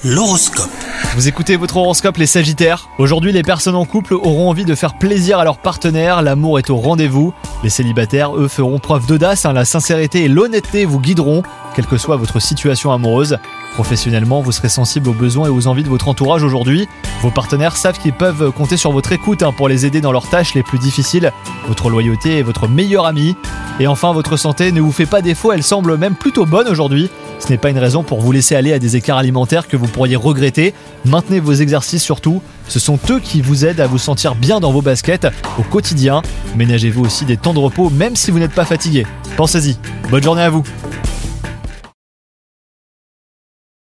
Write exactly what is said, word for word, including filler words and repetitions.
L'horoscope. Vous écoutez votre horoscope les Sagittaires. Aujourd'hui, les personnes en couple auront envie de faire plaisir à leur partenaire, l'amour est au rendez-vous. Les célibataires, eux, feront preuve d'audace, hein. La sincérité et l'honnêteté vous guideront, quelle que soit votre situation amoureuse. Professionnellement, vous serez sensible aux besoins et aux envies de votre entourage aujourd'hui. Vos partenaires savent qu'ils peuvent compter sur votre écoute hein, pour les aider dans leurs tâches les plus difficiles. Votre loyauté est votre meilleur ami. Et enfin, votre santé ne vous fait pas défaut, elle semble même plutôt bonne aujourd'hui. Ce n'est pas une raison pour vous laisser aller à des écarts alimentaires que vous pourriez regretter. Maintenez vos exercices surtout. Ce sont eux qui vous aident à vous sentir bien dans vos baskets au quotidien. Ménagez-vous aussi des temps de repos même si vous n'êtes pas fatigué. Pensez-y. Bonne journée à vous.